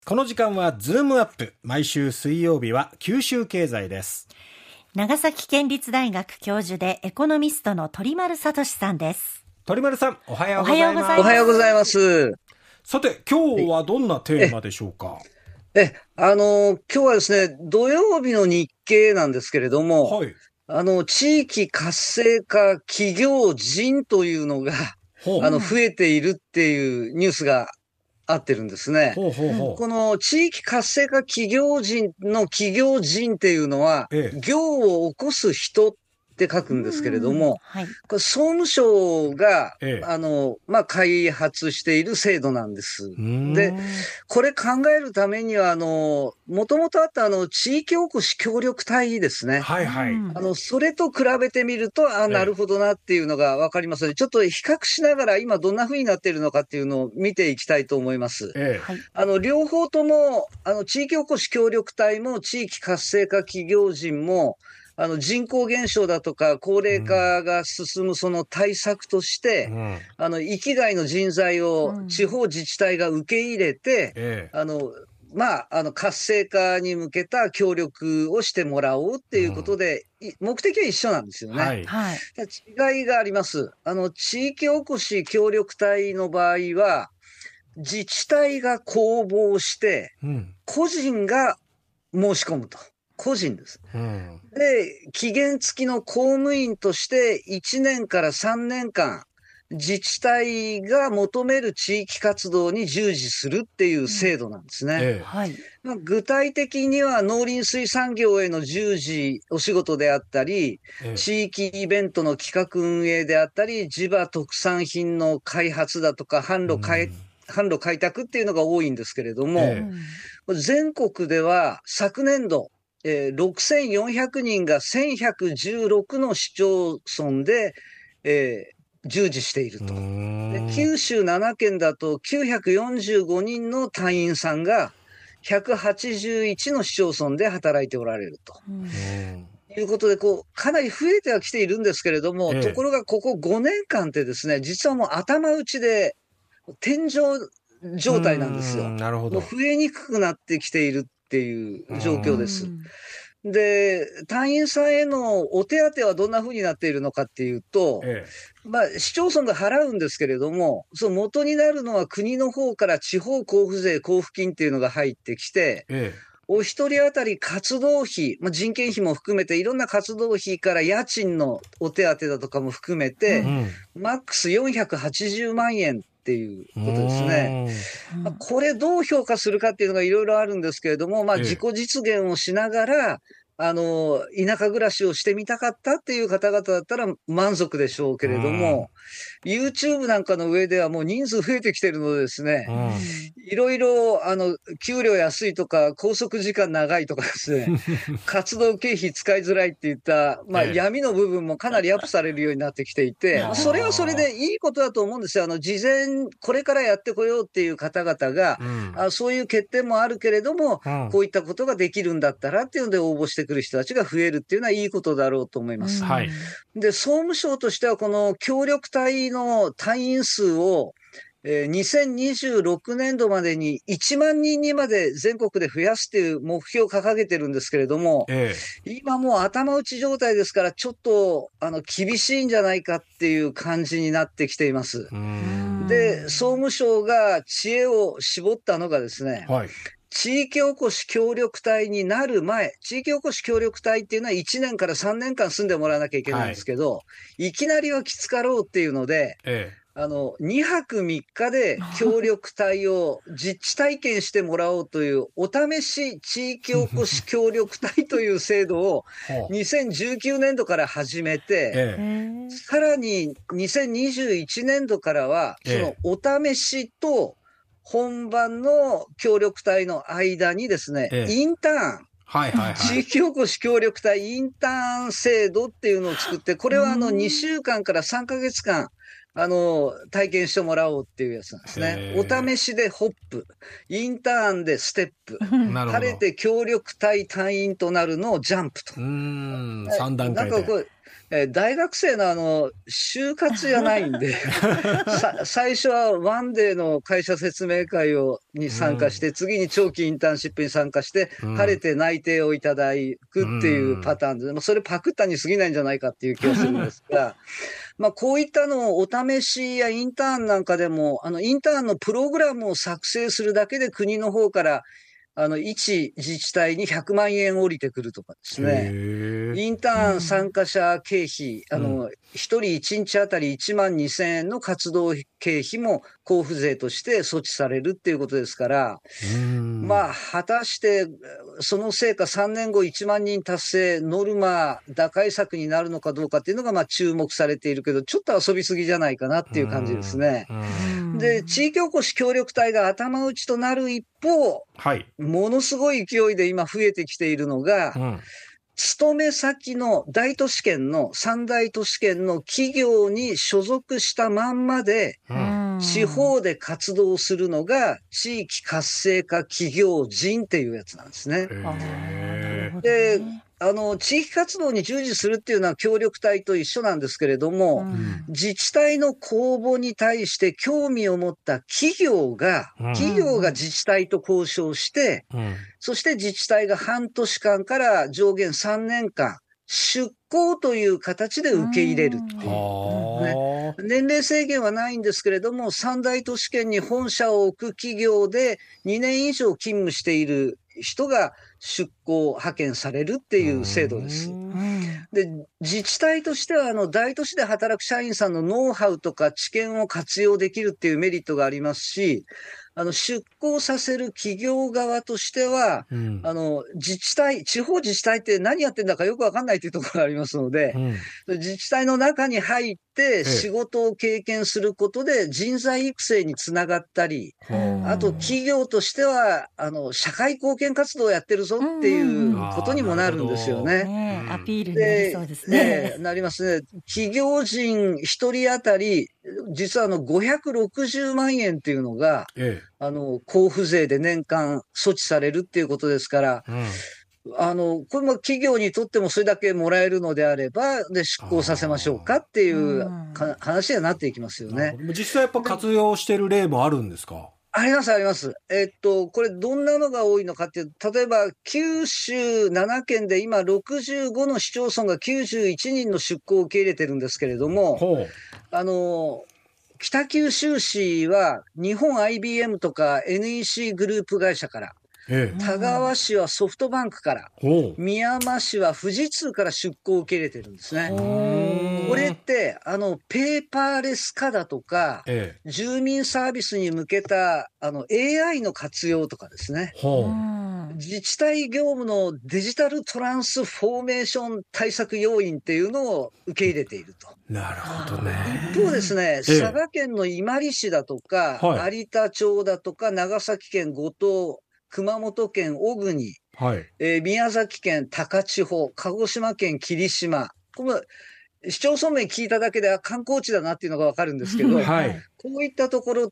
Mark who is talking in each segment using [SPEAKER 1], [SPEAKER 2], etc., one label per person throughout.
[SPEAKER 1] この時間はズームアップ。毎週水曜日は九州経済です。
[SPEAKER 2] 長崎県立大学教授でエコノミストの鳥丸聡さんです。
[SPEAKER 1] 鳥丸さん、おはようございます。
[SPEAKER 3] おはようございます。
[SPEAKER 1] さて、今日はどんなテーマでしょうか。
[SPEAKER 3] 今日はですね、土曜日の日経なんですけれども、
[SPEAKER 1] はい、
[SPEAKER 3] 地域活性化企業人というのが、増えているっていうニュースが合ってるんですね。この地域活性化企業人の企業人っていうのは、業を起こす人って書くんですけれども、これ総務省が、開発している制度なんです。で、これ考えるためには、もともとあった地域おこし協力隊ですね。それと比べてみると、なるほどなっていうのがわかりますので、ちょっと比較しながら今どんな風になっているのかっていうのを見ていきたいと思います。両方とも、地域おこし協力隊も地域活性化企業人も、人口減少だとか高齢化が進むその対策として、域外の人材を地方自治体が受け入れて、活性化に向けた協力をしてもらおうっていうことで、目的は一緒なんですよね。違いがあります。地域おこし協力隊の場合は、自治体が公募して、個人が申し込むと。個人です。で、期限付きの公務員として1年から3年間、自治体が求める地域活動に従事するっていう制度なんですね。具体的には農林水産業への従事お仕事であったり、地域イベントの企画運営であったり、地場特産品の開発だとか販路開拓っていうのが多いんですけれども、全国では昨年度、6400人が1116の市町村で、従事していると。九州7県だと945人の隊員さんが181の市町村で働いておられると。いうことで、かなり増えてはきているんですけれども、ところがここ5年間ってですね、実はもう頭打ちで天井状態なんですよ。もう増えにくくなってきているっていう状況です。で、隊員さんへのお手当はどんな風になっているのかっていうと、市町村が払うんですけれども、その元になるのは国の方から地方交付税交付金っていうのが入ってきて、お一人当たり活動費、人件費も含めていろんな活動費から家賃のお手当だとかも含めて、マックス480万円っていうことですね。これどう評価するかっていうのがいろいろあるんですけれども、自己実現をしながら、田舎暮らしをしてみたかったっていう方々だったら満足でしょうけれども、YouTube なんかの上ではもう人数増えてきてるのでですね、いろいろ、給料安いとか、拘束時間長いとかですね、活動経費使いづらいっていった、闇の部分もかなりアップされるようになってきていて、それはそれでいいことだと思うんですよ。事前、これからやってこようっていう方々が、そういう欠点もあるけれども、こういったことができるんだったらっていうので応募してくる人たちが増えるっていうのはいいことだろうと思います。で、総務省としてはこの協力隊の隊員数を2026年度までに1万人にまで全国で増やすという目標を掲げてるんですけれども、今もう頭打ち状態ですから、ちょっと厳しいんじゃないかっていう感じになってきています。で、総務省が知恵を絞ったのがですね、地域おこし協力隊になる前、地域おこし協力隊っていうのは1年から3年間住んでもらわなきゃいけないんですけど、いきなりはきつかろうっていうので、2泊3日で協力隊を実地体験してもらおうというお試し地域おこし協力隊という制度を2019年度から始めて、さらに2021年度からはそのお試しと本番の協力隊の間にですね、インターン、地域おこし協力隊インターン制度っていうのを作って、これは2週間から3ヶ月間、体験してもらおうっていうやつなんですね。お試しでホップ、インターンでステップ、晴れて協力隊隊員となるのをジャンプと。
[SPEAKER 1] 3段階で。
[SPEAKER 3] 大学生の就活じゃないんで最初はワンデーの会社説明会に参加して、次に長期インターンシップに参加して、晴れて内定をいただくっていうパターンで、それパクったに過ぎないんじゃないかっていう気がするんですが、こういったのをお試しやインターンなんかでも、インターンのプログラムを作成するだけで国の方から一自治体に100万円降りてくるとかですね。インターン参加者経費、一人1日あたり1万2000円の活動経費も交付税として措置されるっていうことですから、果たしてその成果3年後1万人達成、ノルマ打開策になるのかどうかっていうのが注目されているけど、ちょっと遊びすぎじゃないかなっていう感じですね。で、地域おこし協力隊が頭打ちとなる一方、ものすごい勢いで今増えてきているのが、勤め先の大都市圏の3大都市圏の企業に所属したまんまで、地方で活動するのが地域活性化企業人っていうやつなんですね。で、地域活動に従事するっていうのは協力隊と一緒なんですけれども、自治体の公募に対して興味を持った企業が自治体と交渉して、そして自治体が半年間から上限3年間、出向という形で受け入れるっていうね。年齢制限はないんですけれども、三大都市圏に本社を置く企業で2年以上勤務している人が出向派遣されるっていう制度です。で、自治体としては大都市で働く社員さんのノウハウとか知見を活用できるっていうメリットがありますし、出向させる企業側としては、自治体、地方自治体って何やってんだかよくわかんないというところがありますので、自治体の中に入って仕事を経験することで人材育成につながったり、あと企業としては、社会貢献活動をやってるぞっていうことにもなるんですよね。
[SPEAKER 2] アピールになりそうですね。
[SPEAKER 3] なりますね。企業人一人当たり、実は560万円っていうのが、交付税で年間措置されるっていうことですから、これも企業にとってもそれだけもらえるのであれば、で、出向させましょうかっていう話になっていきますよね。
[SPEAKER 1] 実際やっぱ活用してる例もあるんですか？
[SPEAKER 3] あります、あります。これどんなのが多いのかっていうと、例えば九州7県で今65の市町村が91人の出向を受け入れてるんですけれども、北九州市は日本 IBM とか NEC グループ会社から、田川市はソフトバンクから、宮山市は富士通から出向を受け入れてるんですね。これって、ペーパーレス化だとか、住民サービスに向けた、AI の活用とかですね。自治体業務のデジタルトランスフォーメーション対策要員っていうのを受け入れていると。
[SPEAKER 1] なるほどね。
[SPEAKER 3] 一方ですね、佐賀県の伊万里市だとか、有田町だとか、長崎県五島、熊本県小国、宮崎県高千穂、鹿児島県霧島、この市町村名聞いただけで観光地だなっていうのがわかるんですけど、こういったところって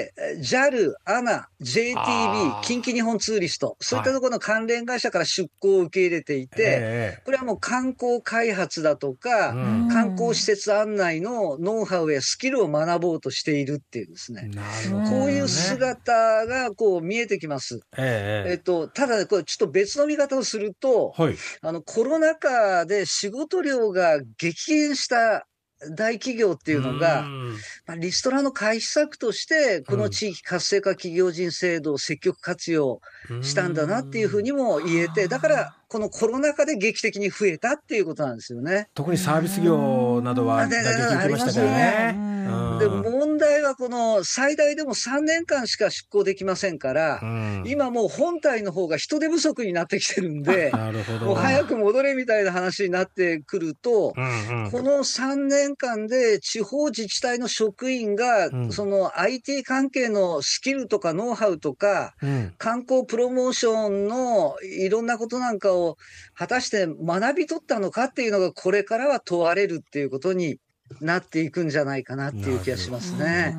[SPEAKER 3] 、JAL、ANA、JTB、近畿日本ツーリスト、そういったところの関連会社から出向を受け入れていて、これはもう観光開発だとか、観光施設案内のノウハウやスキルを学ぼうとしているっていうですね。こういう姿がこう見えてきます。ただ、これちょっと別の見方をすると、コロナ禍で仕事量が激減した大企業っていうのが、リストラの回避策として、この地域活性化企業人制度を積極活用したんだなっていうふうにも言えて、だから、このコロナ禍で劇的に増えたっていうことなんですよね。
[SPEAKER 1] 特にサービス業などは、
[SPEAKER 3] ありますよね。で、問題はこの最大でも3年間しか出向できませんから、今もう本体の方が人手不足になってきてるんで、もう早く戻れみたいな話になってくると、この3年間で地方自治体の職員が、その IT 関係のスキルとかノウハウとか、観光プロモーションのいろんなことなんかを果たして学び取ったのかっていうのがこれからは問われるっていうことになっていくんじゃないかなっていう気がしますね。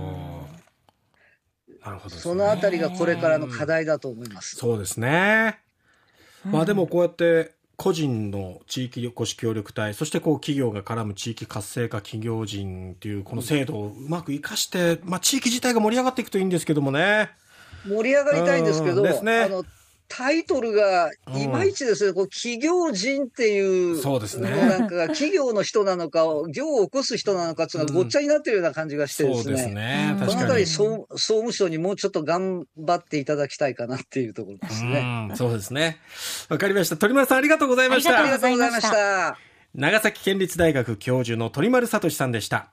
[SPEAKER 1] なるほど。
[SPEAKER 3] そのあたりがこれからの課題だと思います。
[SPEAKER 1] そうですね。でもこうやって個人の地域おこし協力隊、そしてこう企業が絡む地域活性化企業人というこの制度をうまく生かして、地域自体が盛り上がっていくといいんですけどもね。
[SPEAKER 3] 盛り上がりたいんですけど、
[SPEAKER 1] ですね、
[SPEAKER 3] タイトルがいまいちですね、こう企業人っていう、
[SPEAKER 1] そうですね、
[SPEAKER 3] なんか企業の人なのか、業を起こす人なのかっていうのがごっちゃになってるような感じがしてですね、
[SPEAKER 1] そうですね、確かに
[SPEAKER 3] このあたり総務省にもうちょっと頑張っていただきたいかなっていうところですね。
[SPEAKER 1] そうですね。わかりました。鳥丸さんありがとうございました。
[SPEAKER 3] ありがとうございました。
[SPEAKER 1] 長崎県立大学教授の鳥丸聡さんでした。